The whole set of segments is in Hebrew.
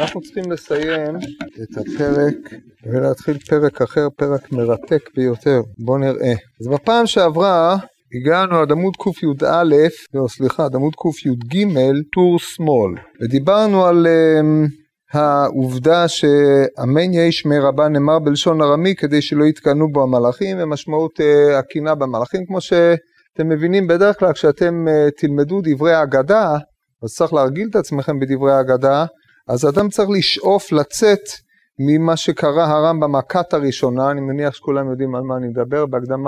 אנחנו צריכים לסיים את הפרק ולהתחיל פרק אחר, פרק מרתק ביותר. בואו נראה. אז בפעם שעברה הגענו עד עמוד עמוד ק"ג, טור שמאל, ודיברנו על העובדה שאמן ישמע רבה נאמר בלשון ארמי כדי שלא יתקנאו בו המלאכים, ומשמעות הקנאה במלאכים, כמו שאתם מבינים בדרך כלל כשאתם תלמדו דברי האגדה, אז צריך להרגיל את עצמכם בדברי האגדה, אז אדם צריך לשאוף לצאת ממה שקרא הרמב"ם הכת הראשונה. אני מניח שכולם יודעים על מה אני מדבר,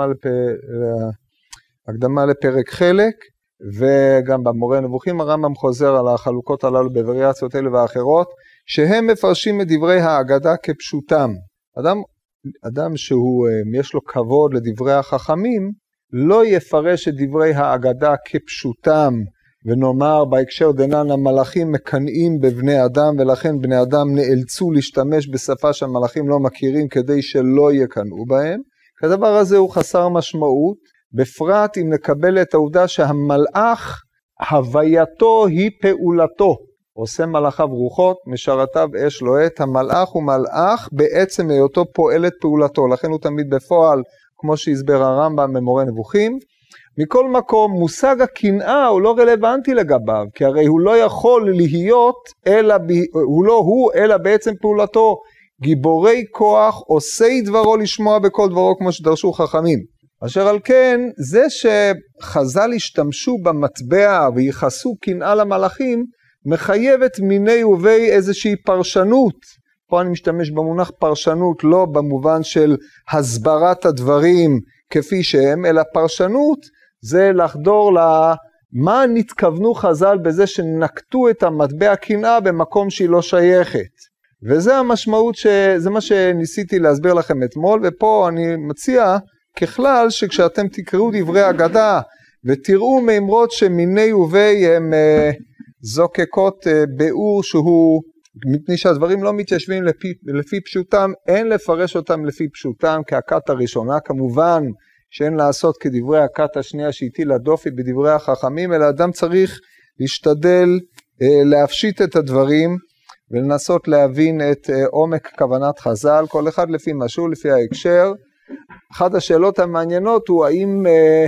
בהקדמה לפרק חלק, וגם במורה נבוכים הרמב"ם חוזר על החלוקות הללו בווריאציות אלה ואחרות, שהם מפרשים את דברי האגדה כפשוטם. אדם שהוא יש לו כבוד לדברי החכמים, לא יפרש את דברי האגדה כפשוטם, ונאמר בהקשר דנן המלאכים מקנאים בבני אדם, ולכן בני אדם נאלצו להשתמש בשפה שהמלאכים לא מכירים כדי שלא יקנאו בהם. כדבר הזה הוא חסר משמעות, בפרט אם נקבל את העובדה שהמלאך הווייתו היא פעולתו, עושה מלאכיו רוחות, משרתיו אש לוהט. המלאך הוא מלאך בעצם היותו פועל את פעולתו, לכן הוא תמיד בפועל, כמו שהסבר הרמב"ם במורה נבוכים. מכל מקום, מושג הקנאה הוא לא רלוונטי לגביו, כי הרי הוא לא יכול להיות, אלא בעצם פעולתו. גיבורי כוח, עושי דברו לשמוע בכל דברו, כמו שדרשו חכמים. אשר על כן, זה שחז"ל השתמשו במטבע ויחסו קנאה למלאכים, מחייבת מיני ובי איזושהי פרשנות. פה אני משתמש במונח פרשנות, לא במובן של הסברת הדברים כפי שהם, אלא פרשנות זה לחדור למה נתכוונו חז"ל בזה שנקטו את המטבע קנאה במקום שהיא לא שייכת. וזה המשמעות, זה מה שניסיתי להסביר לכם אתמול, ופה אני מציע ככלל שכשאתם תקראו דברי אגדה ותראו מאמרות שמיני ובי הם זוקקות באור שהוא, מפני שהדברים לא מתיישבים לפי פשוטם, אין לפרש אותם לפי פשוטם כהכת הראשונה. כמובן שאין לעשות כדברי הכת השנייה שהטילה דופי בדברי החכמים, אלא אדם צריך להשתדל להפשיט את הדברים ולנסות להבין את עומק כוונת חז"ל, כל אחד לפי משהו, לפי ההקשר. אחת השאלות המעניינות הוא האם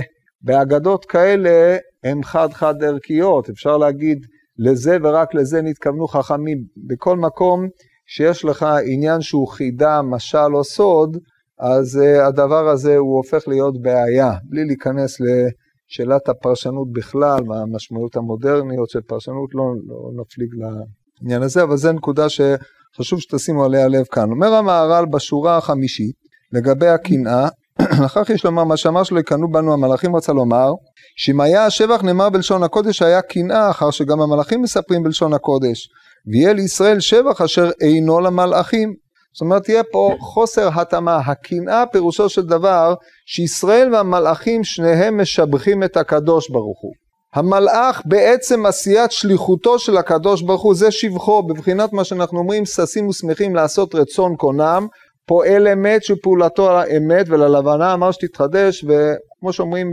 באגדות כאלה הן חד ערכיות, אפשר להגיד לזה ורק לזה נתכוונו חכמים. בכל מקום שיש לך עניין שהוא חידה, משל או סוד, אז הדבר הזה הוא הופך להיות בעיה, בלי להיכנס לשאלת הפרשנות בכלל, מהמשמעות המודרניות של פרשנות, לא נפליג לעניין הזה, אבל זה נקודה שחשוב שתשימו עליה לב כאן. אומר המהר"ל בשורה החמישית, לגבי הקנאה, לכך יש לומר, מה שאמר שלא יקנאו בנו המלאכים, רצה לומר, שאם היה השבח נאמר בלשון הקודש, היה קנאה, אחר שגם המלאכים מספרים בלשון הקודש, ויהיה לישראל שבח אשר אינו למלאכים. זאת אומרת, תהיה פה חוסר התאמה. הקנאה פירושו של דבר, שישראל והמלאכים שניהם משבחים את הקדוש ברוך הוא. המלאך בעצם עשיית שליחותו של הקדוש ברוך הוא, זה שבחו, בבחינת מה שאנחנו אומרים, ששים ושמחים לעשות רצון קונם, פועל אמת שפעולתו האמת, וללבנה אמר שתתחדש, וכמו שאומרים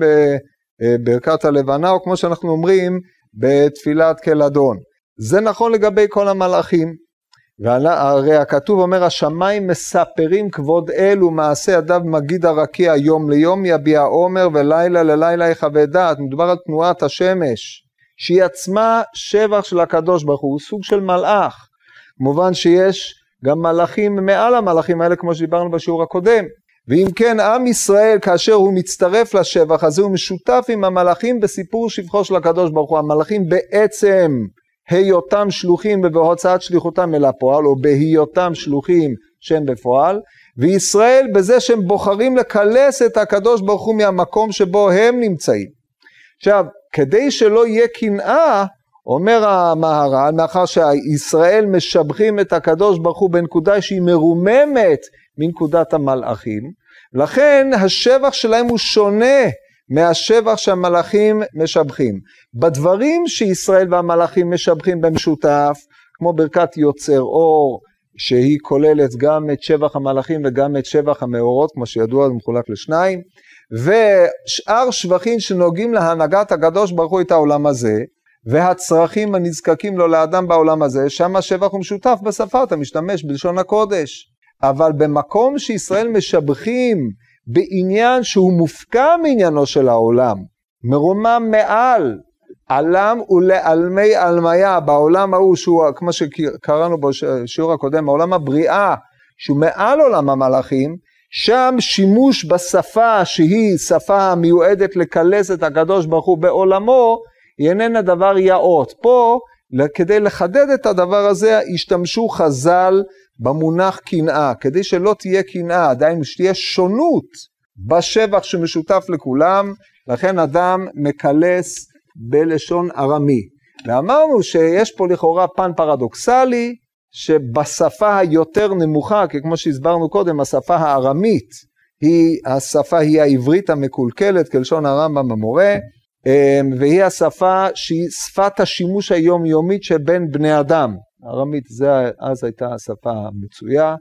בברכת הלבנה, או כמו שאנחנו אומרים בתפילת כלדון. זה נכון לגבי כל המלאכים, והרי הכתוב אומר, השמיים מספרים כבוד אל ומעשה ידיו מגיד הרקיע, יום ליום יביע עומר ולילה ללילה יחווה דעת. מדובר על תנועת השמש, שהיא עצמה שבח של הקדוש ברוך הוא, סוג של מלאך. כמובן שיש גם מלאכים מעל המלאכים האלה, כמו שדיברנו בשיעור הקודם. ואם כן, עם ישראל כאשר הוא מצטרף לשבח הזה, הוא משותף עם המלאכים בסיפור שבחו של הקדוש ברוך הוא. המלאכים בעצם היותם שלוחים ובהוצאת שליחותם אל הפועל, או בהיותם שלוחים שהם בפועל, וישראל בזה שהם בוחרים לקלס את הקדוש ברוך הוא מהמקום שבו הם נמצאים. עכשיו, כדי שלא יהיה קנאה, אומר המהר"ל, מאחר שישראל משבחים את הקדוש ברוך הוא בנקודה שהיא מרוממת מנקודת המלאכים, לכן השבח שלהם הוא שונה מהשבח שהמלאכים משבחים. בדברים שישראל והמלאכים משבחים במשותף, כמו ברכת יוצר אור, שהיא כוללת גם את שבח המלאכים וגם את שבח המאורות, כמו שידוע זה מחולק לשניים, ושאר שבחים שנוגעים להנהגת הקדוש ברוך הוא את העולם הזה, והצרכים הנזקקים לו לאדם בעולם הזה, שם השבח הוא משותף בשפה, אתה משתמש בלשון הקודש. אבל במקום שישראל משבחים בעניין שהוא מופקע מעניינו של העולם, מרומם מעל עלם ולעלמי עלמיה, בעולם ההוא שהוא, כמו שקראנו בשיעור הקודם, העולם הבריאה, שהוא מעל עולם המלאכים, שם שימוש בשפה שהיא שפה המיועדת לקלס את הקדוש ברוך הוא בעולמו, היא איננה דבר יאות. פה, כדי לחדד את הדבר הזה, השתמשו חז"ל במונח קנאה, כדי שלא תהיה קנאה, עדיין שתהיה שונות בשבח שמשותף לכולם, לכן אדם מקלס בלשון ארמי. ואמרנו שיש פה לכאורה פן פרדוקסלי, שבשפה היותר נמוכה, כי כמו שהסברנו קודם, השפה הארמית, השפה היא העברית המקולקלת, כלשון הרמב"ם המורה, והיא השפה שהיא שפת השימוש היומיומית שבין בני אדם. ארמית אז הייתה השפה המצויה,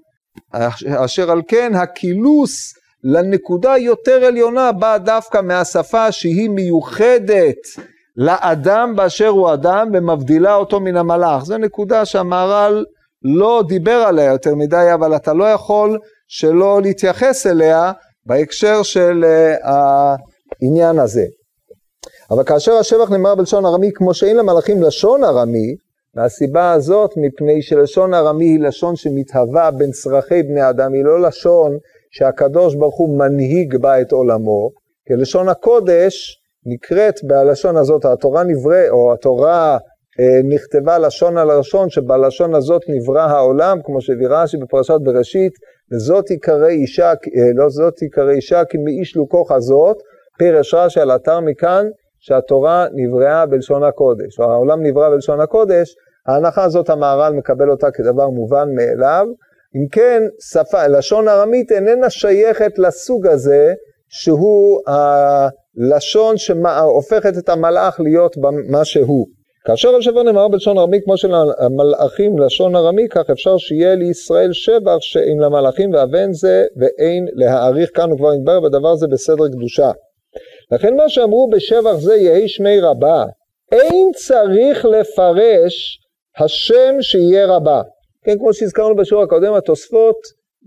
אשר על כן הקילוס לנקודה יותר עליונה באה דווקא מהשפה שהיא מיוחדת לאדם באשר הוא אדם ומבדילה אותו מן המלאך. זו נקודה שהמהר"ל לא דיבר עליה יותר מדי, אבל אתה לא יכול שלא להתייחס אליה בהקשר של העניין הזה. אבל כאשר השבח נאמר בלשון ארמי, כמו שאין למלאכים לשון ארמי, מהסיבה הזאת, מפני שלשון ארמי היא לשון שמתהווה בין צרכי בני אדם, היא לא לשון שהקדוש ברוך הוא מנהיג בה את עולמו, כי לשון הקודש נקראת בלשון הזאת, התורה נכתבה לשון על לשון, שבלשון הזאת נברא העולם, כמו שרש"י בפרשת בראשית, וזאת יקרא אישה, לא זאת יקרא אישה, כי מאיש לוקח הזאת, פירש רש"י על אתר מכאן, שהתורה נבראה בלשון הקודש, או העולם נברא בלשון הקודש, ההנחה הזאת המהר"ל מקבל אותה כדבר מובן מאליו. אם כן, לשון ארמית איננה שייכת לסוג הזה, שהוא הלשון שהופכת את המלאך להיות מה שהוא. כאשר השבח נאמר בלשון ארמי, כמו שלמלאכים לשון ארמי, כך אפשר שיהיה לישראל שבח שאין למלאכים ואבן זה, ואין להעריך. כאן הוא כבר נדבר בדבר זה בסדר קדושה. לכן מה שאמרו בשבח זה יהי שמי רבה, אין צריך לפרש השם שיהיה רבה. כן, כמו שהזכרנו בשיעור הקודם, התוספות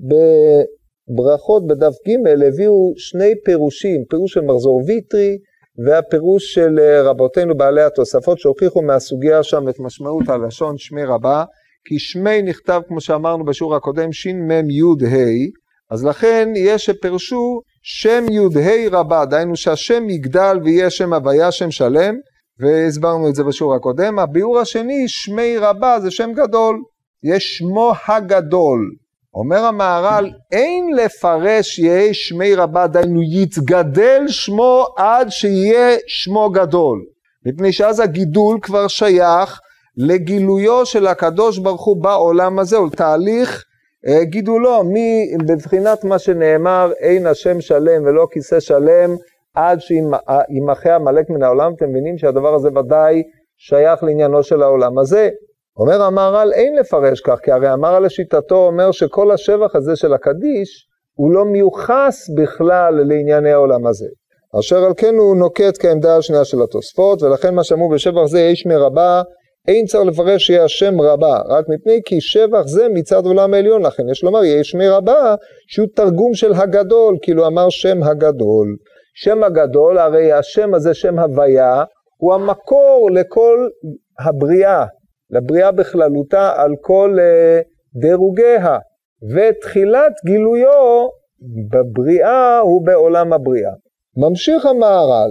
בברכות בדף ג' הביאו שני פירושים, פירוש של מחזור ויטרי, והפירוש של רבותינו בעלי התוספות, שהוכיחו מהסוגיה שם את משמעות הלשון שמי רבה, כי שמי נכתב כמו שאמרנו בשיעור הקודם, שין מם יוד ה', אז לכן יש שפרשו שם יוד ה' רבה, דהיינו שהשם יגדל ויהיה שם הוויה, שם שלם, והסברנו את זה בשיעור הקודם. הביאור השני, שמי רבה, זה שם גדול, יש שמו הגדול. אומר המהר"ל, אין לפרש יהיה שמי רבה, דהיינו יתגדל שמו עד שיהיה שמו גדול, מפני שאז הגידול כבר שייך לגילויו של הקדוש ברוך הוא בעולם הזה, או לתהליך גידולו, בבחינת מה שנאמר, אין השם שלם ולא כיסא שלם, עד שימחה המלאק מן העולם. אתם מבינים שהדבר הזה ודאי שייך לעניינו של העולם הזה. אומר המהר"ל, אין לפרש כך, כי הרי המהר"ל לשיטתו אומר שכל השבח הזה של הקדיש, הוא לא מיוחס בכלל לענייני העולם הזה. אשר על כן הוא נוקט כעמדה השנייה של התוספות, ולכן מה שאמרו בשבח זה יש מרבה, אין צריך לפרש שיהיה השם רבה, רק מפני כי שבח זה מצד עולם העליון, לכן יש לומר יש מרבה, שהוא תרגום של הגדול, כאילו אמר שם הגדול. שם הגדול, הרי השם הזה, שם הוויה, הוא המקור לכל הבריאה, לבריאה בכללותה על כל דירוגיה, ותחילת גילויו בבריאה הוא בעולם הבריאה. ממשיך המהר"ל,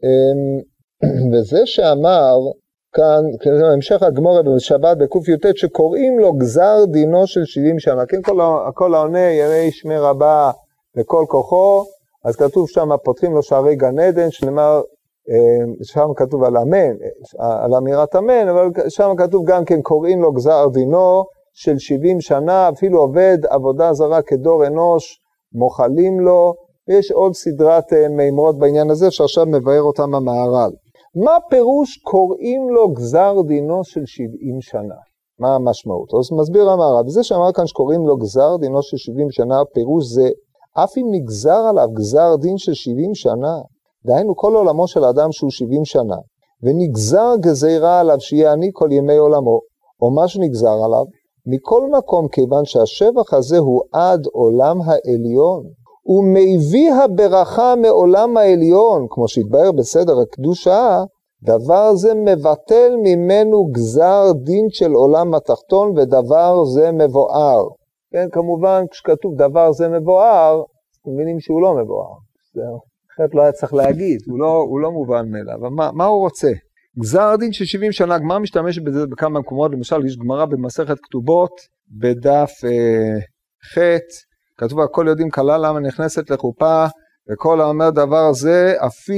וזה שאמר כאן, המשך הגמורה בשבת בקוף י"ט, שקוראים לו גזר דינו של 70 שנה, כן, כל העונה ירא שמי רבה לכל כוחו, אז כתוב שם, פותחים לו שערי גן עדן, שנאמר, שם כתוב על אמן, על אמירת אמן, אבל שם כתוב גם כן, קוראים לו גזר דינו של 70 שנה, אפילו עובד עבודה זרה כדור אנוש, מוחלים לו, ויש עוד סדרת מימרות בעניין הזה, שעכשיו מבאר אותם המהר"ל. מה פירוש קוראים לו גזר דינו של 70 שנה? מה המשמעות? אז מסביר המהר"ל, וזה שאמר כאן שקוראים לו גזר דינו של 70 שנה, פירוש זה, אף אם נגזר עליו גזר דין של 70 שנה, דהיינו כל עולמו של האדם שהוא 70 שנה, ונגזר גזירה עליו שיעני כל ימי עולמו, או מה שנגזר עליו, מכל מקום כיוון שהשבח הזה הוא עד עולם העליון, הוא מביא הברכה מעולם העליון, כמו שהתבאר בסדר הקדושה, דבר זה מבטל ממנו גזר דין של עולם התחתון, ודבר זה מבואר. כן, כמובן, כשכתוב דבר זה מבואר, מבינים שהוא לא מבואר. אחרת לא היה צריך להגיד, הוא לא מובן מאליו. אבל מה הוא רוצה? גזר דין של 70 שנה, הגמרא משתמשת בזה בכמה מקומות, למשל יש גמרא במסכת כתובות, בדף ח', כתוב הכל יודעים כלה למה נכנסת לחופה, וכל האומר דבר זה,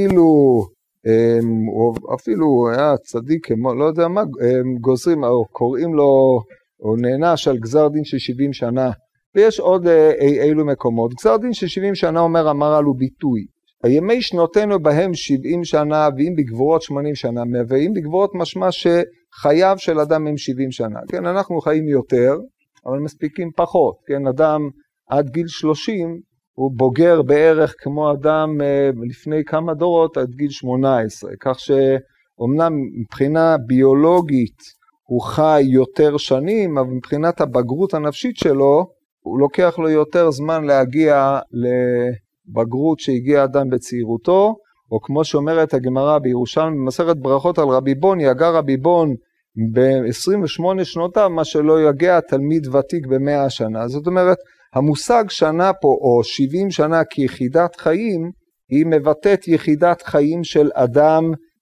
אפילו היה צדיק, לא יודע מה, גוזרים, או קוראים לו, או נענש על גזר דין של 70 שנה, ויש עוד אילו מקומות. גזר דין של 70 שנה אומר המהר"ל הוא ביטוי. הימי שנותינו בהם 70 שנה, ואם בגבורות 80 שנה, ואם בגבורות משמע שחייו של אדם הם 70 שנה. כן, אנחנו חיים יותר, אבל מספיקים פחות. כן, אדם עד גיל 30, הוא בוגר בערך כמו אדם לפני כמה דורות עד גיל 18. כך שאומנם מבחינה ביולוגית הוא חי יותר שנים, אבל מבחינת הבגרות הנפשית שלו, הוא לוקח לו יותר זמן להגיע לבגרות שהגיע אדם בצעירותו, או כמו שאומרת הגמרא בירושלים במסכת ברכות על רבי בון, יגע רבי בון ב-28 שנותיו, מה שלא יגיע תלמיד ותיק ב100 שנה. זאת אומרת, המושג שנה פה, או 70 שנה כיחידת חיים, היא מבטאת יחידת חיים של אדם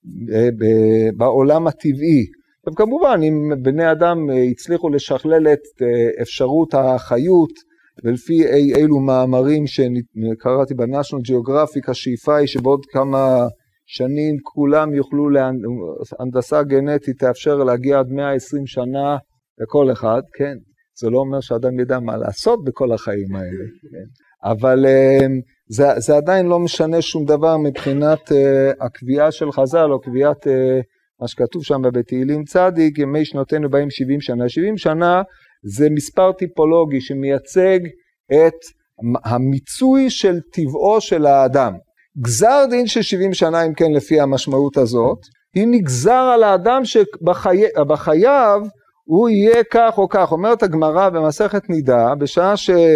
בעולם הטבעי. וכמובן, אם בני אדם הצליחו לשכלל את אפשרות החיות, ולפי אילו מאמרים שקראתי בנשיונל ג'יאוגרפיק, השאיפה היא שבעוד כמה שנים כולם יוכלו, הנדסה גנטית תאפשר להגיע עד 120 שנה לכל אחד, כן. זה לא אומר שאדם ידע מה לעשות בכל החיים האלה, כן. אבל זה עדיין לא משנה שום דבר מבחינת הקביעה של חז"ל, או קביעת מה שכתוב שם בתהילים צדיק, ימי שנותינו בהם 70 שנה. 70 שנה זה מספר טיפולוגי שמייצג את המיצוי של טבעו של האדם. גזר דין של 70 שנה, אם כן לפי המשמעות הזאת, היא נגזר על האדם שבחייו הוא יהיה כך או כך. אומרת הגמרא במסכת נידה, בשעה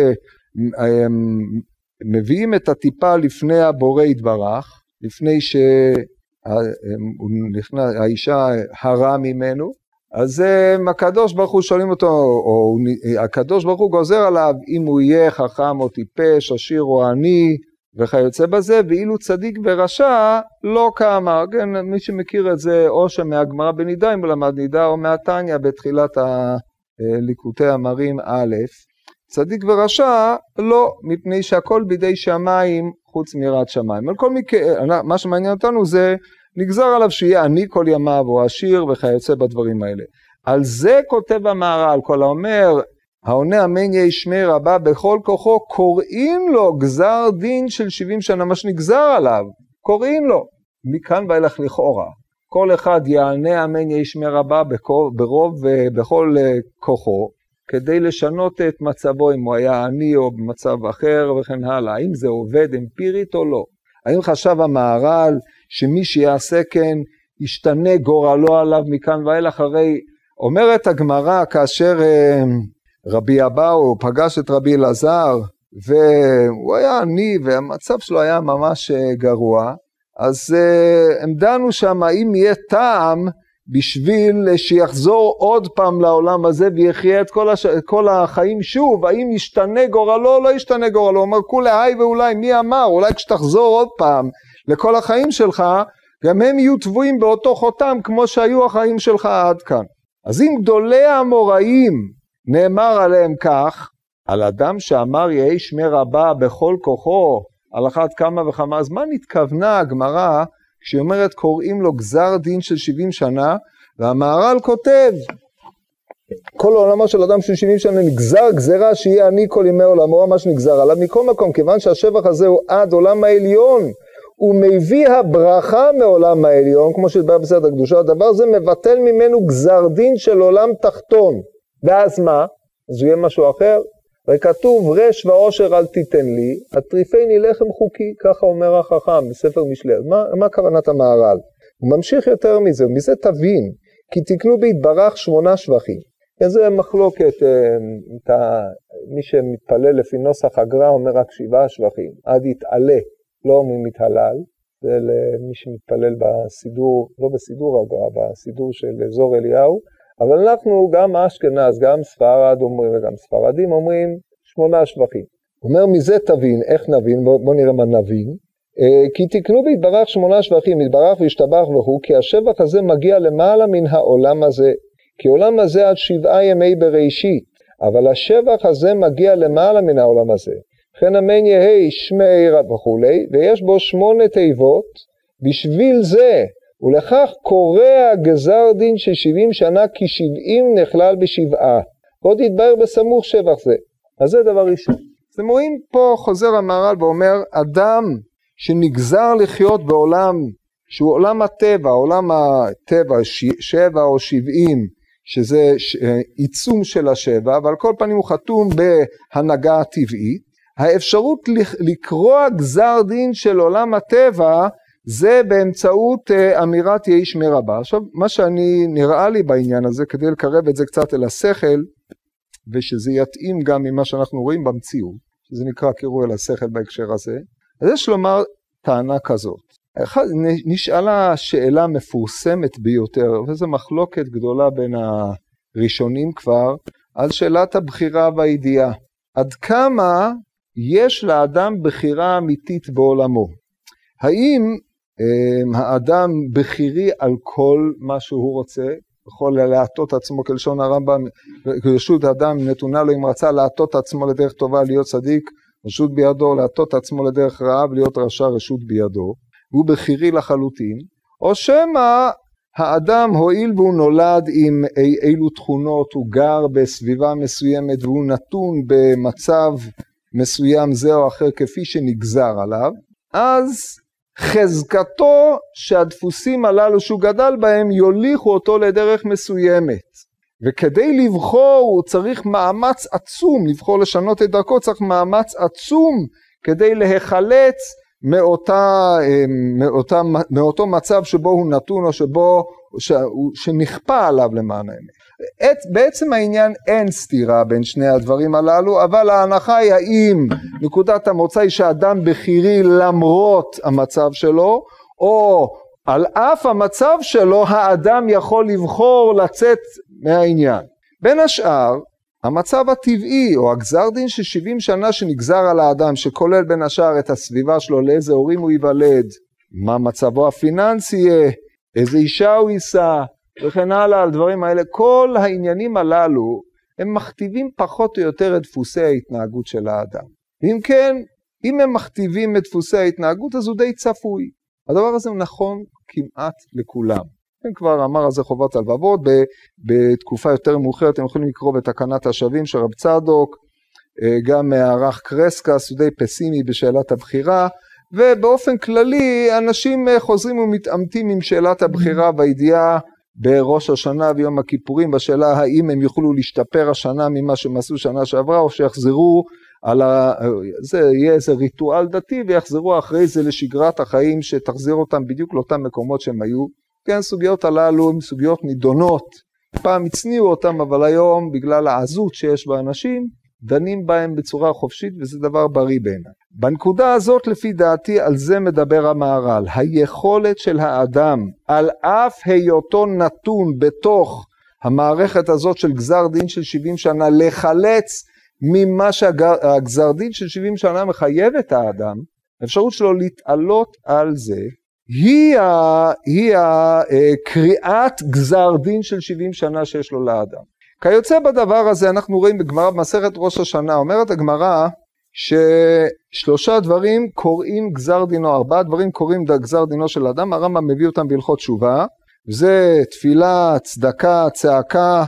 שמביאים את הטיפה לפני הבורא יתברך, לפני שהאישה הרה ממנו, אז הקדוש ברוך הוא שואלים אותו, או הקדוש ברוך הוא גוזר עליו אם הוא יהיה חכם או טיפש, עשיר או עני וכיוצא בזה, ואילו צדיק ורשע לא כאמר. כן, מי שמכיר את זה או שמהגמרא בנידה, אם הוא למד נידה, או מהתניא בתחילת ליקוטי המרים א', צדיק ורשע לא, מפני שהכל בידי שמיים חוץ מיראת שמיים. על כל מקרה, מה שמעניין אותנו זה נגזר עליו שיהיה עני כל ימיו או עשיר וכיוצא בדברים האלה. על זה כותב המהר"ל, כל האומר העונה אמן יהי שמי רבה בכל כוחו, קוראים לו גזר דין של 70 שנה, מה שנגזר עליו, קוראים לו. מכאן ואילך לכאורה, כל אחד יענה אמן יהי שמי רבה ברוב ובכל כוחו, כדי לשנות את מצבו, אם הוא היה עני או במצב אחר וכן הלאה. האם זה עובד אמפירית או לא? האם חשב המהר"ל שמי שיעשה כן ישתנה גורלו עליו מכאן ואילך? הרי אומרת הגמרא, כאשר רבי אבאו פגש את רבי אלעזר והוא היה עני והמצב שלו היה ממש גרוע, אז הם דנו שם האם יהיה טעם בשביל שיחזור עוד פעם לעולם הזה ויחיה את כל החיים שוב, האם ישתנה גורלו או לא ישתנה גורלו. אומר כולי היי ואולי, מי אמר, אולי כשתחזור עוד פעם לכל החיים שלך, גם הם יהיו טבועים באותו חותם כמו שהיו החיים שלך עד כאן. אז אם גדולי האמוראים נאמר עליהם כך, על אדם שאמר יהי שמי רבה בכל כוחו, על אחת כמה וכמה, אז מה נתכוונה הגמרא כשהיא אומרת קוראים לו גזר דין של 70 שנה, והמהר"ל כותב, כל עולמו של אדם של 70 שנה נגזר גזרה שיהיה עני כל ימי עולמו, מה שנגזר עליו. מכל מקום, כיוון שהשבח הזה הוא עד עולם העליון, הוא מביא הברכה מעולם העליון, כמו שהתבאר בסדר הקדושה, הדבר זה מבטל ממנו גזר דין של עולם תחתון. ואז מה? אז יהיה משהו אחר. וכתוב רש ועושר אל תיתן לי, הטריפני לחם חוקי, ככה אומר החכם בספר משלי. מה כוונת המהר"ל? הוא ממשיך יותר מזה, מזה תבין, כי תקנו בהתברך 8 שבחים. איזה מחלוקת, מי שמתפלל לפי נוסח הגר"א אומר רק 7 שבחים, עד יתעלה, לא אומרים מתהלל, זה למי שמתפלל בסידור, לא בסידור הגר"א, בסידור של אזור אליהו, אבל אנחנו גם אשכנז, גם ספרד אומרים וגם ספרדים אומרים 8 שבחים. הוא אומר מזה תבין, איך נבין, בוא נראה מה נבין, כי תקנו בהתברך 8 שבחים, התברך והשתבח וכו', כי השבח הזה מגיע למעלה מן העולם הזה, כי עולם הזה עד 7 ימי בראשית, אבל השבח הזה מגיע למעלה מן העולם הזה. לכן אמן יהי שמי רב וכו', ויש בו 8 תיבות, בשביל זה, ולכך קורא גזר דין של 70 שנה, כי 70 נכלל ב7. ועוד יתבהר בסמוך שבח זה. אז זה דבר ראשון. אתם רואים פה חוזר המהר"ל ואומר, אדם שנגזר לחיות בעולם, שהוא עולם הטבע, עולם הטבע 7 או 70, שזה עיצום של השבע, אבל כל פנים הוא חתום בהנהגה הטבעית, האפשרות לקרוא גזר דין של עולם הטבע, זה באמצעות אמירת יהי שמי רבה. עכשיו, מה שאני נראה לי בעניין הזה, כדי לקרב את זה קצת אל השכל, ושזה יתאים גם ממה שאנחנו רואים במציאות, שזה נקרא קירוי אל השכל בהקשר הזה, אז יש לומר טענה כזאת. נשאלה שאלה מפורסמת ביותר, וזו מחלוקת גדולה בין הראשונים כבר, על שאלת הבחירה והידיעה. עד כמה יש לאדם בחירה אמיתית בעולמו? האם האדם בחירי על כל מה שהוא רוצה, יכול להטות עצמו כלשון הרמב"ם, רשות האדם נתונה לו אם רצה להטות עצמו לדרך טובה להיות צדיק, רשות בידו, להטות עצמו לדרך רעה ולהיות רשע, רשות בידו, והוא בחירי לחלוטין, או שמא האדם הועיל והוא נולד עם אילו תכונות, הוא גר בסביבה מסוימת והוא נתון במצב מסוים זה או אחר כפי שנגזר עליו, אז חזקתו שהדפוסים הללו שהוא גדל בהם יוליכו אותו לדרך מסוימת, וכדי לבחור הוא צריך מאמץ עצום, לבחור לשנות את דרכו צריך מאמץ עצום כדי להיחלץ מאותו מצב שבו הוא נתון או שנכפה עליו למען האמת. בעצם העניין אין סתירה בין שני הדברים הללו, אבל ההנחה היא האם נקודת המוצא היא שהאדם בחירי למרות המצב שלו, או על אף המצב שלו האדם יכול לבחור לצאת מהעניין. בין השאר, המצב הטבעי או הגזר דין של 70 שנה שנגזר על האדם, שכולל בין השאר את הסביבה שלו, לאיזה הורים הוא ייוולד, מה מצבו הפיננסי יהיה, איזה אישה הוא יישא, וכן הלאה, על דברים האלה, כל העניינים הללו הם מכתיבים פחות או יותר את דפוסי ההתנהגות של האדם. ואם כן, אם הם מכתיבים את דפוסי ההתנהגות, אז הוא די צפוי. הדבר הזה נכון כמעט לכולם. כבר אמר על זה חובת הלבבות, בתקופה יותר מאוחרת אתם יכולים לקרוא בתקנת השבים של רב צדוק, גם מערך קרסקס, הוא די פסימי בשאלת הבחירה, ובאופן כללי אנשים חוזרים ומתעמתים עם שאלת הבחירה והידיעה בראש השנה ויום הכיפורים, בשאלה האם הם יוכלו להשתפר השנה ממה שהם עשו שנה שעברה, או שיחזרו זה יהיה איזה ריטואל דתי, ויחזרו אחרי זה לשגרת החיים שתחזיר אותם בדיוק לאותם מקומות שהם היו. כן, סוגיות הללו הן סוגיות נידונות, פעם הצניעו אותם, אבל היום בגלל העזות שיש באנשים, דנים בהם בצורה חופשית, וזה דבר בריא בעיניי. בנקודה הזאת לפי דעתי על זה מדבר המהר"ל, היכולת של האדם על אף היותו נתון בתוך המערכת הזאת של גזר דין של 70 שנה, לחלץ ממה שהגזר דין של 70 שנה מחייב את האדם, האפשרות שלו להתעלות על זה, היא הקריאת גזר דין של 70 שנה שיש לו לאדם. כיוצא בדבר הזה אנחנו רואים בגמרא במסכת ראש השנה, אומרת הגמרא ש3 דברים קוראים גזר דינו, 4 דברים קוראים גזר דינו של אדם, הרמב"ם מביא אותם בהלכות תשובה, זה תפילה, צדקה, צעקה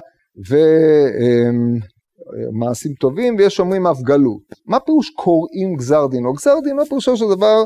ומעשים טובים, ויש אומרים אף גלות. מה פירוש קוראים גזר דינו? גזר דינו פירושו של דבר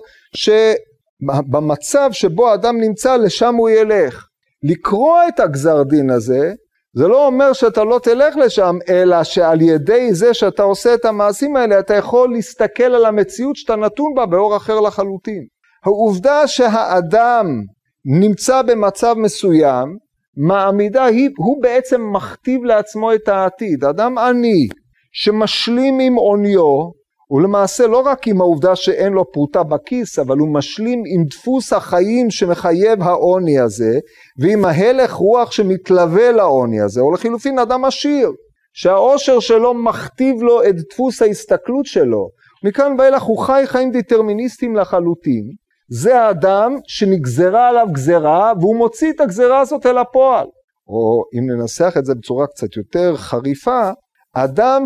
שבמצב שבו האדם נמצא לשם הוא ילך. לקרוא את הגזר דין הזה, זה לא אומר שאתה לא תלך לשם, אלא שעל ידי זה שאתה עושה את המעשים האלה, אתה יכול להסתכל על המציאות שאתה נתון בה באור אחר לחלוטין. העובדה שהאדם נמצא במצב מסוים, מעמידה הוא בעצם מכתיב לעצמו את העתיד. אדם עני שמשלים עם עוניו, הוא למעשה לא רק עם העובדה שאין לו פרוטה בכיס, אבל הוא משלים עם דפוס החיים שמחייב העוני הזה, ועם ההלך רוח שמתלווה לעוני הזה, או לחילופין אדם עשיר, שהעושר שלו מכתיב לו את דפוס ההסתכלות שלו. מכאן ואילך הוא חי חיים דטרמיניסטיים לחלוטין. זה האדם שנגזרה עליו גזרה, והוא מוציא את הגזרה הזאת אל הפועל. או אם ננסח את זה בצורה קצת יותר חריפה, אדם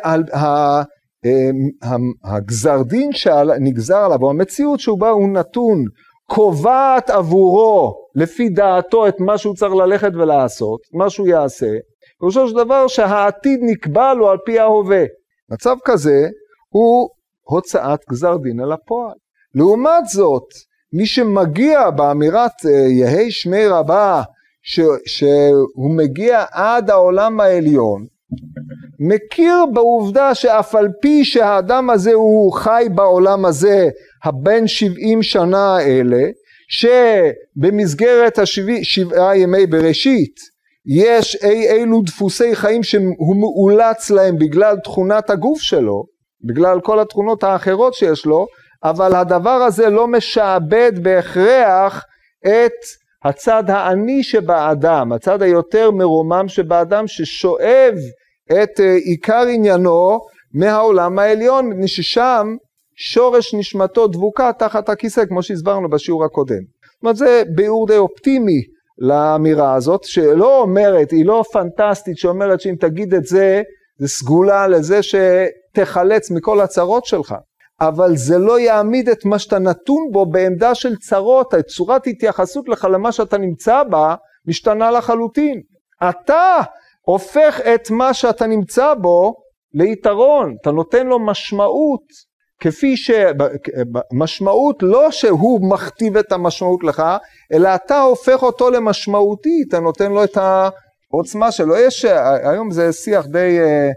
הגזר דין שנגזר עליו, או המציאות שהוא בא הוא נתון, קובעת עבורו לפי דעתו את מה שהוא צריך ללכת ולעשות, מה שהוא יעשה, פירושו של דבר שהעתיד נקבע לו על פי ההווה. מצב כזה הוא הוצאת גזר דין אל הפועל. לעומת זאת, מי שמגיע באמירת יהי שמי רבה, שהוא מגיע עד העולם העליון, מכיר בעובדה שאף על פי שהאדם הזה הוא חי בעולם הזה הבן 70 שנה האלה, שבמסגרת השבעה ימי בראשית יש אילו דפוסי חיים שהוא מאולץ להם בגלל תכונת הגוף שלו, בגלל כל התכונות האחרות שיש לו, אבל הדבר הזה לא משעבד בהכרח את הצד העני שבאדם, הצד היותר מרומם שבאדם ששואב את עיקר עניינו מהעולם העליון, מפני ששם שורש נשמתו דבוקה תחת הכיסא, כמו שהסברנו בשיעור הקודם. זאת אומרת, זה ביאור די אופטימי לאמירה הזאת, שלא אומרת, היא לא פנטסטית, שאומרת שאם תגיד את זה, זה סגולה לזה שתחלץ מכל הצרות שלך. אבל זה לא יעמיד את מה שאתה נתון בו בעמדה של צרות, צורת התייחסות לך למה שאתה נמצא בה, משתנה לחלוטין. אתה הופך את מה שאתה נמצא בו ליתרון, אתה נותן לו משמעות, כפי משמעות לא שהוא מכתיב את המשמעות לך, אלא אתה הופך אותו למשמעותי, אתה נותן לו את העוצמה שלו. יש, היום זה שיח די,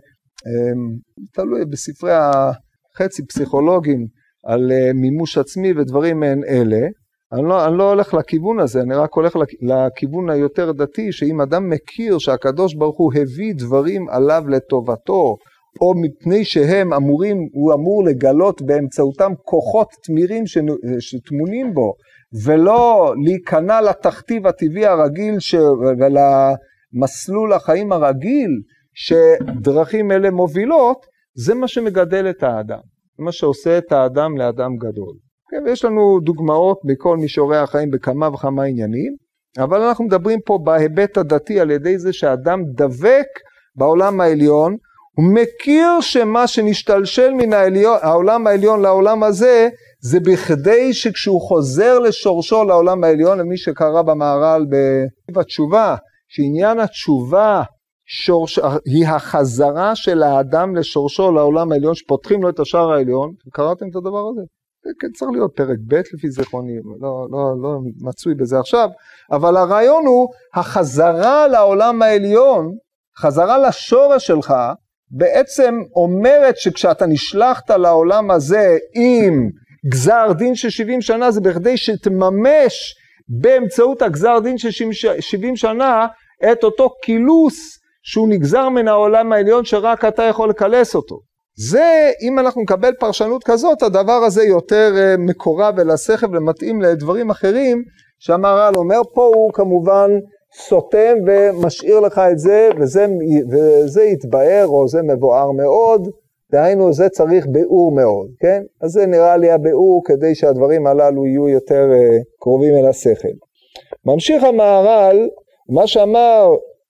תלוי בספרי החצי פסיכולוגים, על מימוש עצמי ודברים מעין אלה. אני לא הולך לכיוון הזה, אני רק הולך לכיוון היותר דתי, שאם אדם מכיר שהקדוש ברוך הוא הביא דברים עליו לטובתו, או מפני שהם אמורים, הוא אמור לגלות באמצעותם כוחות תמירים שתמונים בו, ולא להיכנע לתכתיב הטבעי הרגיל ולמסלול החיים הרגיל שדרכים אלה מובילות, זה מה שמגדל את האדם, זה מה שעושה את האדם לאדם גדול. ויש לנו דוגמאות בכל מישורי החיים בכמה וכמה עניינים, אבל אנחנו מדברים פה בהיבט הדתי על ידי זה שהאדם דבק בעולם העליון, הוא מכיר שמה שנשתלשל מן העולם העליון לעולם הזה, זה בכדי שכשהוא חוזר לשורשו לעולם העליון, למי שקרא במהר"ל בתשובה, שעניין התשובה היא החזרה של האדם לשורשו לעולם העליון, שפותחים לו את השער העליון. קראתם את הדבר הזה? צריך להיות פרק ב' לפי זיכרוני, לא מצוי בזה עכשיו, אבל הרעיון הוא החזרה לעולם העליון, חזרה לשורש שלך, בעצם אומרת שכשאתה נשלחת לעולם הזה עם גזר דין של 70 שנה, זה בכדי שתממש באמצעות הגזר דין של 70 שנה את אותו קילוס שהוא נגזר מן העולם העליון שרק אתה יכול לקלס אותו. זה, אם אנחנו נקבל פרשנות כזאת, הדבר הזה יותר מקורב אל השכל ומתאים לדברים אחרים, שהמהר"ל אומר פה הוא כמובן סותם ומשאיר לך את זה, וזה יתבאר או זה מבואר מאוד, דהיינו זה צריך ביאור מאוד, כן? אז זה נראה לי הביאור כדי שהדברים הללו יהיו יותר קרובים אל השכל. ממשיך המהר"ל, מה שאמר,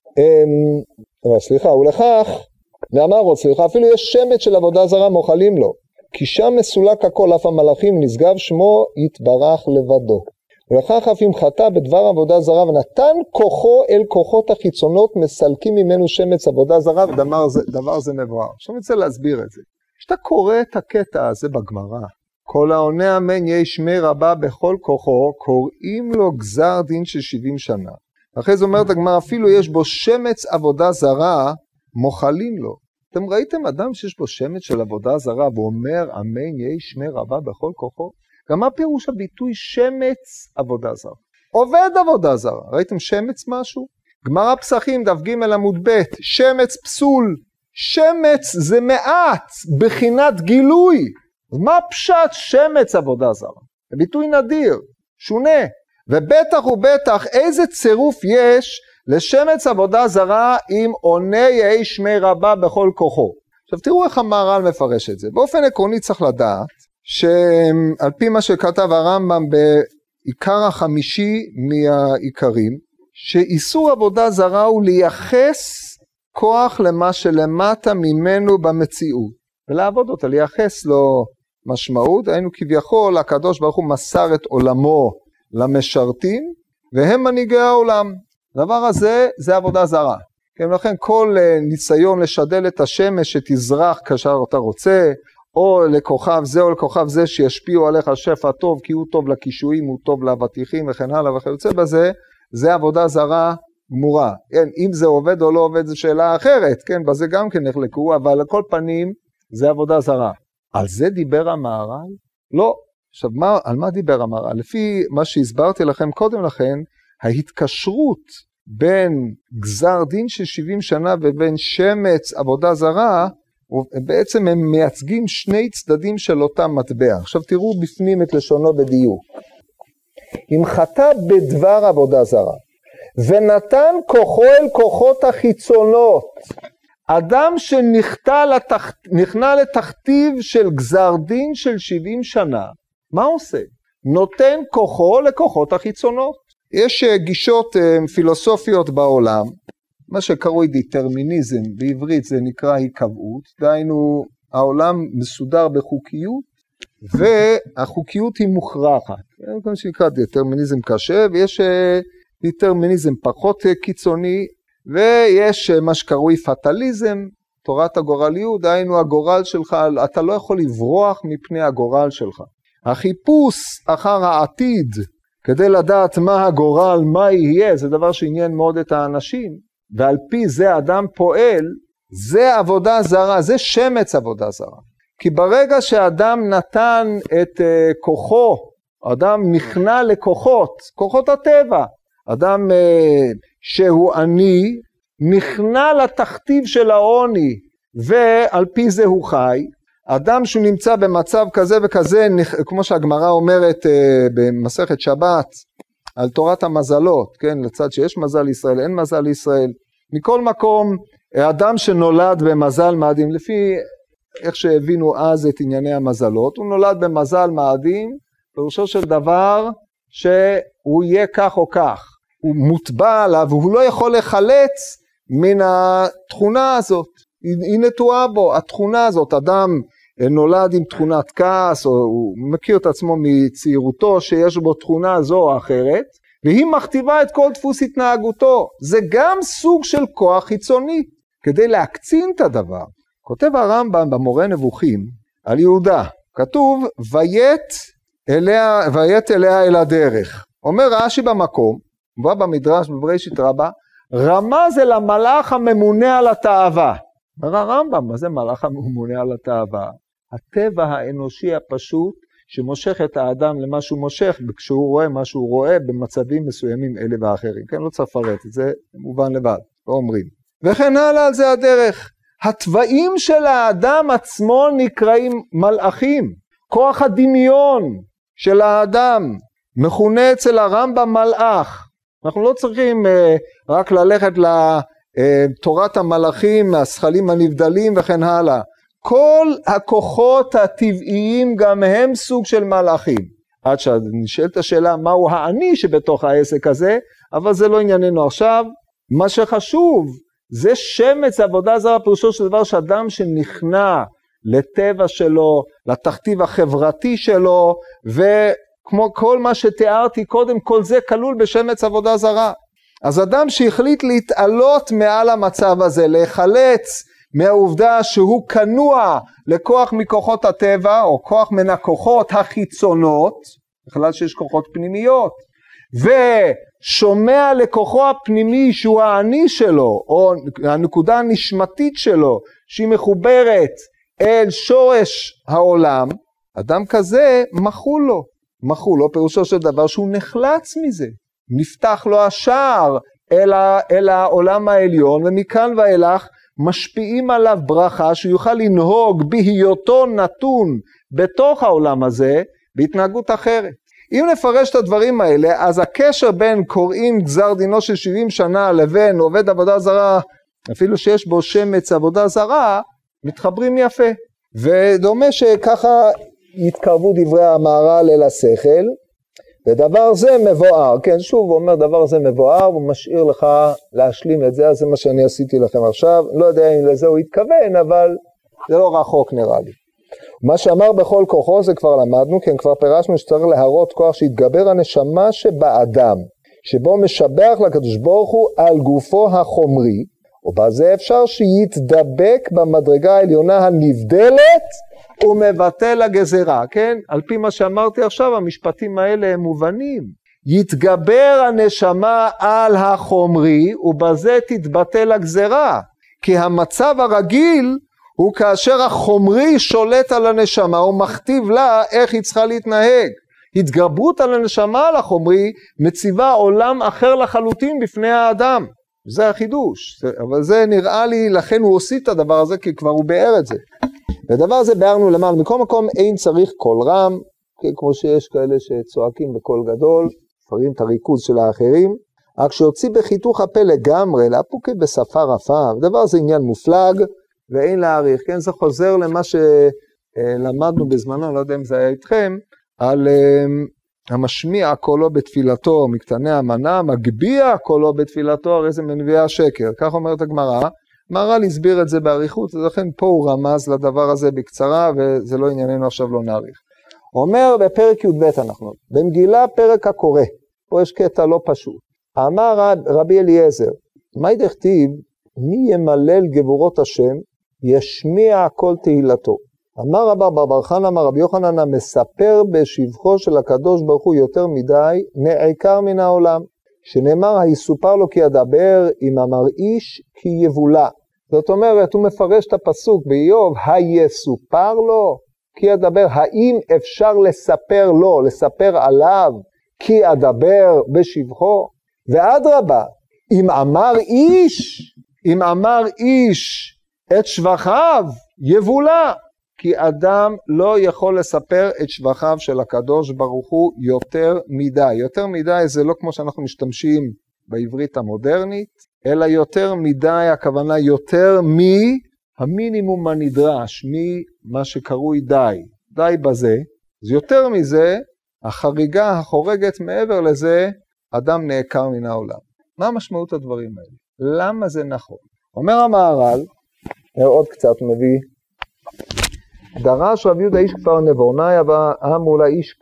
ולכך, ואמר עוד, אפילו יש שמץ של עבודה זרה מוכלים לו, כי שם מסולק הכל, אף המלאכים נשגב שמו יתברך לבדו. ולכך אף אם חטא בדבר עבודה זרה ונתן כוחו אל כוחות החיצונות, מסלקים ממנו שמץ עבודה זרה, ודבר זה מבואר. עכשיו אני רוצה להסביר את זה. כשאתה קורא את הקטע הזה בגמרא, כל העונה אמן יהי שמי רבה בכל כוחו, קוראים לו גזר דין של 70 שנה. אחרי זה אומרת הגמרא, אפילו יש בו שמץ עבודה זרה, מוכלים לו. אתם ראיתם אדם שיש בו שמץ של עבודה זרה, ואומר אמן יהי שמי רבה בכל כוחו? גם מה פירוש הביטוי שמץ עבודה זרה? עובד עבודה זרה. ראיתם שמץ משהו? גמרא פסחים דף ג' עמוד ב', שמץ פסול. שמץ זה מעט, בחינת גילוי. מה פשט שמץ עבודה זרה? זה ביטוי נדיר, שונה. ובטח ובטח איזה צירוף יש לשמץ עבודה זרה אם עונה יהי שמי רבה בכל כוחו. עכשיו תראו איך המהר"ל מפרש את זה. באופן עקרוני צריך לדעת שעל פי מה שכתב הרמב"ם בעיקר החמישי מהעיקרים, שאיסור עבודה זרה הוא לייחס כוח למה שלמטה ממנו במציאות, ולעבוד אותה, לייחס לו משמעות. היינו כביכול הקדוש ברוך הוא מסר את עולמו למשרתים, והם מנהיגי העולם. הדבר הזה זה עבודה זרה. כן, לכן כל ניסיון לשדל את השמש שתזרח כאשר אתה רוצה, או לכוכב זה או לכוכב זה שישפיעו עליך שפע טוב, כי הוא טוב לקישואים, הוא טוב לאבטיחים וכן הלאה וכיוצא בזה, זה עבודה זרה גמורה. כן, אם זה עובד או לא עובד זו שאלה אחרת, כן, בזה גם כן נחלקו, אבל על כל פנים זה עבודה זרה. על זה דיבר המהר"ל? לא. עכשיו, על מה דיבר המהר"ל? לפי מה שהסברתי לכם קודם לכן, ההתקשרות בין גזר דין של 70 שנה ובין שמץ עבודה זרה, בעצם הם מייצגים שני צדדים של אותם מטבע. עכשיו תראו בפנים את לשונו בדיוק. אם חטא בדבר עבודה זרה, ונתן כוחו אל כוחות החיצונות, אדם שנכנע לתכתיב של גזר דין של 70 שנה, מה עושה? נותן כוחו לכוחות החיצונות. יש גישות פילוסופיות בעולם, מה שקרוי דטרמיניזם, בעברית זה נקרא היקבעות, דהיינו העולם מסודר בחוקיות, והחוקיות היא מוכרחת. זה מה שנקרא דטרמיניזם קשה, ויש דטרמיניזם פחות קיצוני, ויש מה שקרוי פטליזם, תורת הגורליות, דהיינו הגורל שלך, אתה לא יכול לברוח מפני הגורל שלך. החיפוש אחר העתיד, כדי לדעת מה הגורל, מה יהיה, זה דבר שעניין מאוד את האנשים, ועל פי זה אדם פועל, זה עבודה זרה, זה שמץ עבודה זרה. כי ברגע שאדם נתן את כוחו, אדם נכנע לכוחות, כוחות הטבע, אדם שהוא עני, נכנע לתכתיב של העוני, ועל פי זה הוא חי, אדם שהוא נמצא במצב כזה וכזה, כמו שהגמרא אומרת במסכת שבת, על תורת המזלות, כן, לצד שיש מזל לישראל, אין מזל לישראל, מכל מקום, אדם שנולד במזל מאדים, לפי איך שהבינו אז את ענייני המזלות, הוא נולד במזל מאדים, פירושו של דבר שהוא יהיה כך או כך, הוא מוטבע עליו, והוא לא יכול לחלץ מן התכונה הזאת, היא נטועה בו, התכונה הזאת, אדם נולד עם תכונת כעס, או הוא מכיר את עצמו מצעירותו שיש בו תכונה זו או אחרת, והיא מכתיבה את כל דפוס התנהגותו. זה גם סוג של כוח חיצוני, כדי להקצין את הדבר. כותב הרמב"ם במורה נבוכים על יהודה, כתוב ויית אליה אל הדרך. אומר רש"י במקום, מובא במדרש בבראשית רבה, רמז אל המלאך הממונה על התאווה. אומר הרמב"ם, מה זה מלאך הממונה על התאווה? הטבע האנושי הפשוט שמושך את האדם למה שהוא מושך, כשהוא רואה מה שהוא רואה במצבים מסוימים אלה ואחרים. כן, לא צריך לפרט את זה, מובן לבד, לא אומרים. וכן הלאה, על זה הדרך. הטבעים של האדם עצמו נקראים מלאכים. כוח הדמיון של האדם מכונה אצל הרמב"ם מלאך. אנחנו לא צריכים רק ללכת לתורת המלאכים, השכלים הנבדלים וכן הלאה. כל הכוחות הטבעיים גם הם סוג של מלאכים. עד שנשאלת השאלה מהו האני שבתוך העסק הזה, אבל זה לא ענייננו עכשיו. מה שחשוב זה שמץ עבודה זרה, פירושו של דבר שאדם שנכנע לטבע שלו, לתכתיב החברתי שלו, וכמו כל מה שתיארתי קודם, כל זה כלול בשמץ עבודה זרה. אז אדם שהחליט להתעלות מעל המצב הזה, להיחלץ מהעובדה שהוא כנוע לכוח מכוחות הטבע, או כוח מן הכוחות החיצונות, בכלל שיש כוחות פנימיות, ושומע לכוחו הפנימי שהוא האני שלו, או הנקודה הנשמתית שלו, שהיא מחוברת אל שורש העולם, אדם כזה מחול לו פירושו של דבר שהוא נחלץ מזה. נפתח לו השער אל העולם העליון, ומכאן ואילך משפיעים עליו ברכה שהוא יוכל לנהוג בהיותו נתון בתוך העולם הזה בהתנהגות אחרת. אם נפרש את הדברים האלה, אז הקשר בין קוראים גזר דינו של 70 שנה לבין עובד עבודה זרה, אפילו שיש בו שמץ עבודה זרה, מתחברים יפה. ודומה שככה יתקרבו דברי המהר"ל אל השכל, ודבר זה מבואר, כן, שוב הוא אומר דבר זה מבואר, הוא משאיר לך להשלים את זה, אז זה מה שאני עשיתי לכם עכשיו, לא יודע אם לזה הוא התכוון, אבל זה לא רחוק נראה לי. מה שאמר בכל כוחו זה כבר למדנו, כן, כבר פירשנו שצריך להראות כוח שהתגבר הנשמה שבאדם, שבו משבח לקדוש ברוך הוא על גופו החומרי, ובזה אפשר שיתדבק במדרגה העליונה הנבדלת, ומבטל הגזרה, כן? על פי מה שאמרתי עכשיו, המשפטים האלה הם מובנים. יתגבר הנשמה על החומרי, ובזה תתבטל הגזרה. כי המצב הרגיל הוא כאשר החומרי שולט על הנשמה, הוא מכתיב לה איך היא צריכה להתנהג. התגברות על הנשמה על החומרי מציבה עולם אחר לחלוטין בפני האדם. זה החידוש, אבל זה נראה לי, לכן הוא הוסיף את הדבר הזה, כי כבר הוא באר את זה. והדבר הזה בארנו למען, מכל מקום אין צריך קול רם, כמו שיש כאלה שצועקים בקול גדול, פרים את הריכוז של האחרים, רק שיוציא בחיתוך הפה לגמרי, להפוקי בשפה רפה, הדבר זה עניין מופלג, ואין להעריך, כן, זה חוזר למה שלמדנו בזמנו, לא יודע אם זה היה איתכם, על המשמיע קולו בתפילתו, מקטני המנה, מגביע קולו בתפילתו, הרי זה מנביאי השקר, כך אומרת הגמרא, מהר"ל הסביר את זה בעריכות, לכן פה הוא רמז לדבר הזה בקצרה, וזה לא ענייננו עכשיו לא נעריך. אומר בפרק י"ב אנחנו, במגילה פרק הקורא, פה יש קטע לא פשוט, אמר רבי אליעזר, מה דכתיב, מי ימלל גבורות השם, ישמיע כל תהילתו. אמר רבא בר חנא אמר רבי יוחנן המספר בשבחו של הקדוש ברוך הוא יותר מדי, נעקר מן העולם. שנאמר, היסופר לו כי ידבר, אם אמר איש כי יבולע. זאת אומרת, הוא מפרש את הפסוק באיוב, היסופר לו כי ידבר, האם אפשר לספר לו, לספר עליו, כי אדבר בשבחו? ואדרבה, אם אמר איש את שבחיו, יבולע. כי אדם לא יכול לספר את שבחיו של הקדוש ברוך הוא יותר מדי. יותר מדי זה לא כמו שאנחנו משתמשים בעברית המודרנית, אלא יותר מדי, הכוונה יותר מהמינימום הנדרש, ממה שקרוי די. די בזה. אז יותר מזה, החריגה החורגת מעבר לזה, אדם נעקר מן העולם. מה משמעות הדברים האלה? למה זה נכון? אומר המהר"ל, עוד קצת מביא, דרש רב יהודה איש כפר נבורנאי, אבל אמולה איש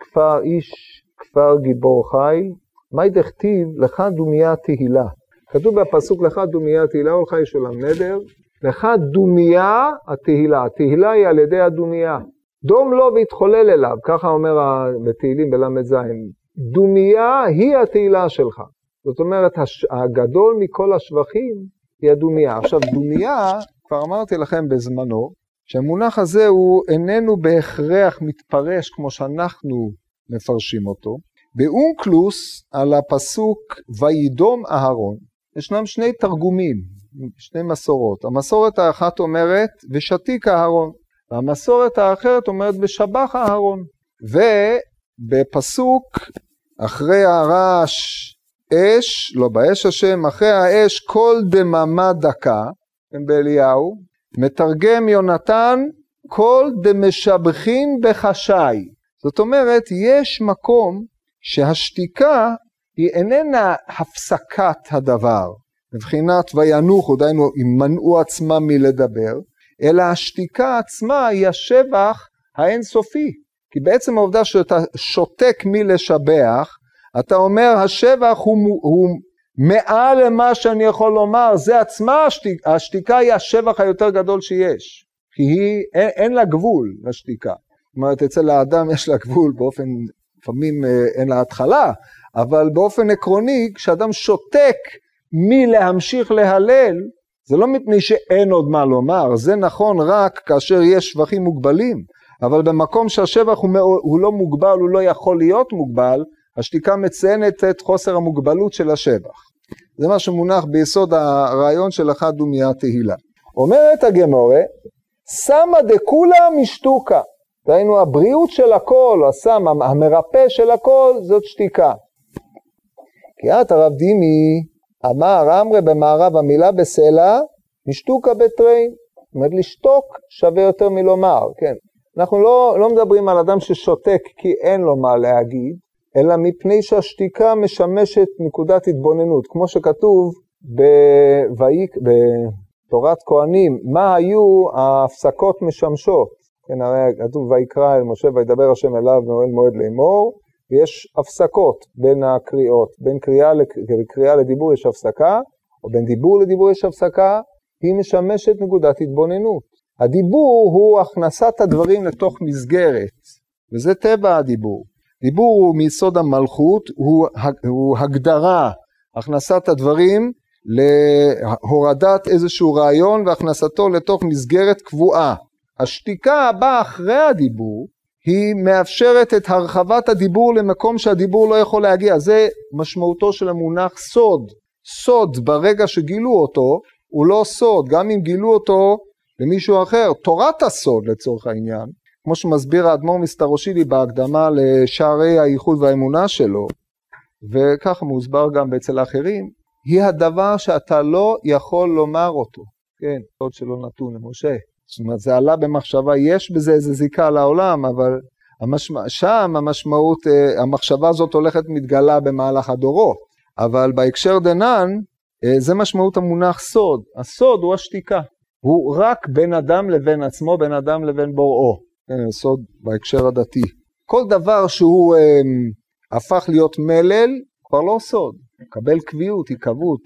כפר גיבור חיל, מה דכתיב לך דומיה תהילה. כתוב בפסוק לך דומיה תהילה, הולך ישולם נדר, לך דומיה התהילה, התהילה היא על ידי הדומיה. דום לו והתחולל אליו, ככה אומר בתהילים בלמד זין, דומיה היא התהילה שלך. זאת אומרת, הגדול מכל השבחים היא הדומיה. עכשיו, דומיה, כבר אמרתי לכם בזמנו, שהמונח הזה הוא איננו בהכרח מתפרש כמו שאנחנו מפרשים אותו. באונקלוס על הפסוק וידום אהרון, ישנם שני תרגומים, שני מסורות. המסורת האחת אומרת ושתיק אהרון, והמסורת האחרת אומרת ושבח אהרון. ובפסוק אחרי הרעש אש, לא באש השם, אחרי האש כל דממה דקה, הם באליהו, מתרגם יונתן כל דמשבחין בחשאי. זאת אומרת, יש מקום שהשתיקה היא איננה הפסקת הדבר, מבחינת וינוחו, דיינו, אם מנעו עצמם מלדבר, אלא השתיקה עצמה היא השבח האינסופי. כי בעצם העובדה שאתה שותק מלשבח, אתה אומר השבח הוא מעל למה שאני יכול לומר, זה עצמה השתיקה היא השבח היותר גדול שיש. כי אין לה גבול לשתיקה. זאת אומרת, אצל האדם יש לה גבול באופן, לפעמים אין לה התחלה, אבל באופן עקרוני, כשאדם שותק מלהמשיך להלל, זה לא מפני שאין עוד מה לומר, זה נכון רק כאשר יש שבחים מוגבלים, אבל במקום שהשבח הוא לא מוגבל, הוא לא יכול להיות מוגבל, השתיקה מציינת את חוסר המוגבלות של השבח. זה מה שמונח ביסוד הרעיון של אחת דומיה תהילה. אומרת הגמורה, סמא דכולה משתוקה. דהיינו, הבריאות של הכל, הסמא, המרפא של הכל, זאת שתיקה. כי את הרב דימי, אמר אמרי במערב המילה בסלע, משתוקה בטרין. זאת אומרת, לשתוק שווה יותר מלומר, כן. אנחנו לא מדברים על אדם ששותק כי אין לו מה להגיד, אלא מפני שהשתיקה משמשת נקודת התבוננות, כמו שכתוב בתורת כהנים, מה היו ההפסקות משמשות? כן, הרי כתוב ויקרא אל משה וידבר השם אליו מאוהל מועד לאמור, ויש הפסקות בין הקריאות, בין קריאה לדיבור יש הפסקה, או בין דיבור לדיבור יש הפסקה, היא משמשת נקודת התבוננות. הדיבור הוא הכנסת הדברים לתוך מסגרת, וזה טבע הדיבור. דיבור הוא מיסוד המלכות, הוא הגדרה, הכנסת הדברים להורדת איזשהו רעיון והכנסתו לתוך מסגרת קבועה. השתיקה הבאה אחרי הדיבור, היא מאפשרת את הרחבת הדיבור למקום שהדיבור לא יכול להגיע. זה משמעותו של המונח סוד. סוד ברגע שגילו אותו, הוא לא סוד, גם אם גילו אותו למישהו אחר. תורת הסוד לצורך העניין, כמו שמסביר האדמו"ר מסטרושילי בהקדמה לשערי הייחוד והאמונה שלו, וכך מוסבר גם אצל האחרים, היא הדבר שאתה לא יכול לומר אותו. כן, סוד שלא נתון למשה. זאת אומרת, זה עלה במחשבה, יש בזה איזה זיקה לעולם, אבל שם המשמעות, המחשבה הזאת הולכת מתגלה במהלך הדורות. אבל בהקשר דנן, זה משמעות המונח סוד. הסוד הוא השתיקה. הוא רק בין אדם לבין עצמו, בין אדם לבין בוראו. סוד בהקשר הדתי. כל דבר שהוא הפך להיות מלל, כבר לא סוד. קבל קביעות, עיקבות,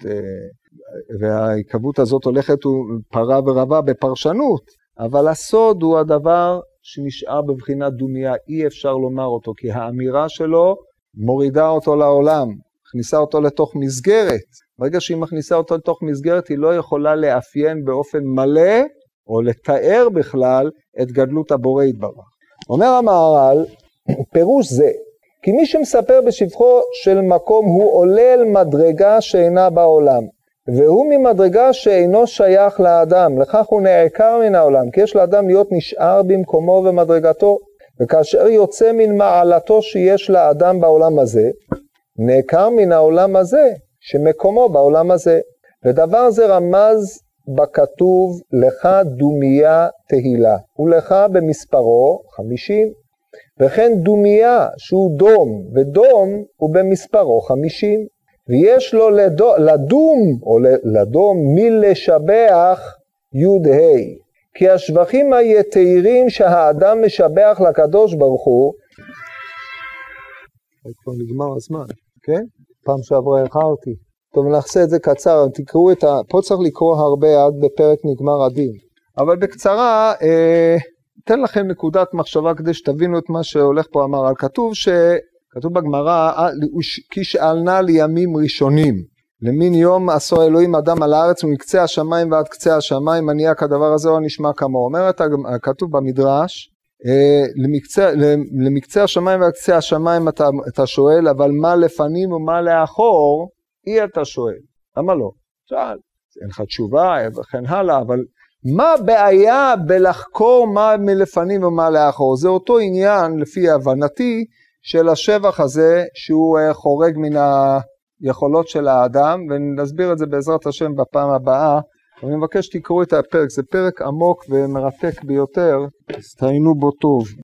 והעיקבות הזאת הולכת פרה ורבה בפרשנות, אבל הסוד הוא הדבר שנשאר בבחינת דומיה, אי אפשר לומר אותו, כי האמירה שלו מורידה אותו לעולם, מכניסה אותו לתוך מסגרת. ברגע שהיא מכניסה אותו לתוך מסגרת, היא לא יכולה לאפיין באופן מלא, או לתאר בכלל את גדלות הבורא יתברך. אומר המהר"ל, פירוש זה, כי מי שמספר בשבחו של מקום הוא עולה אל מדרגה שאינה בעולם, והוא ממדרגה שאינו שייך לאדם, לכך הוא נעקר מן העולם, כי יש לאדם להיות נשאר במקומו ומדרגתו, וכאשר יוצא מן מעלתו שיש לאדם בעולם הזה, נעקר מן העולם הזה, שמקומו בעולם הזה. ודבר זה רמז בכתוב לך דומיה תהילה, ולך במספרו 50, וכן דומיה שהוא דום, ודום הוא במספרו 50, ויש לו לדום או לדום מלשבח י' ה', כי השבחים היתירים שהאדם משבח לקדוש ברוך הוא, כבר נגמר הזמן, כן? פעם שעברה איחרתי. טוב, נעשה את זה קצר, תקראו פה צריך לקרוא הרבה עד בפרק נגמר הדין. אבל בקצרה, אתן לכם נקודת מחשבה כדי שתבינו את מה שהולך פה אמר. כתוב בגמרא, כי שאלנה לימים ראשונים, למין יום עשו אלוהים אדם על הארץ ומקצה השמיים ועד קצה השמיים, מניע כדבר הזה או נשמע כמוהו. אומרת, כתוב במדרש, למקצה השמיים ועד קצה השמיים אתה שואל, אבל מה לפנים ומה לאחור, אי אתה שואל. למה לא? שאל, אין לך תשובה וכן הלאה, אבל מה הבעיה בלחקור מה מלפנים ומה לאחור? זה אותו עניין לפי הבנתי של השבח הזה שהוא חורג מן היכולות של האדם, ונסביר את זה בעזרת השם בפעם הבאה. אני מבקש תקראו את הפרק, זה פרק עמוק ומרתק ביותר, אז תהיינו בו טוב.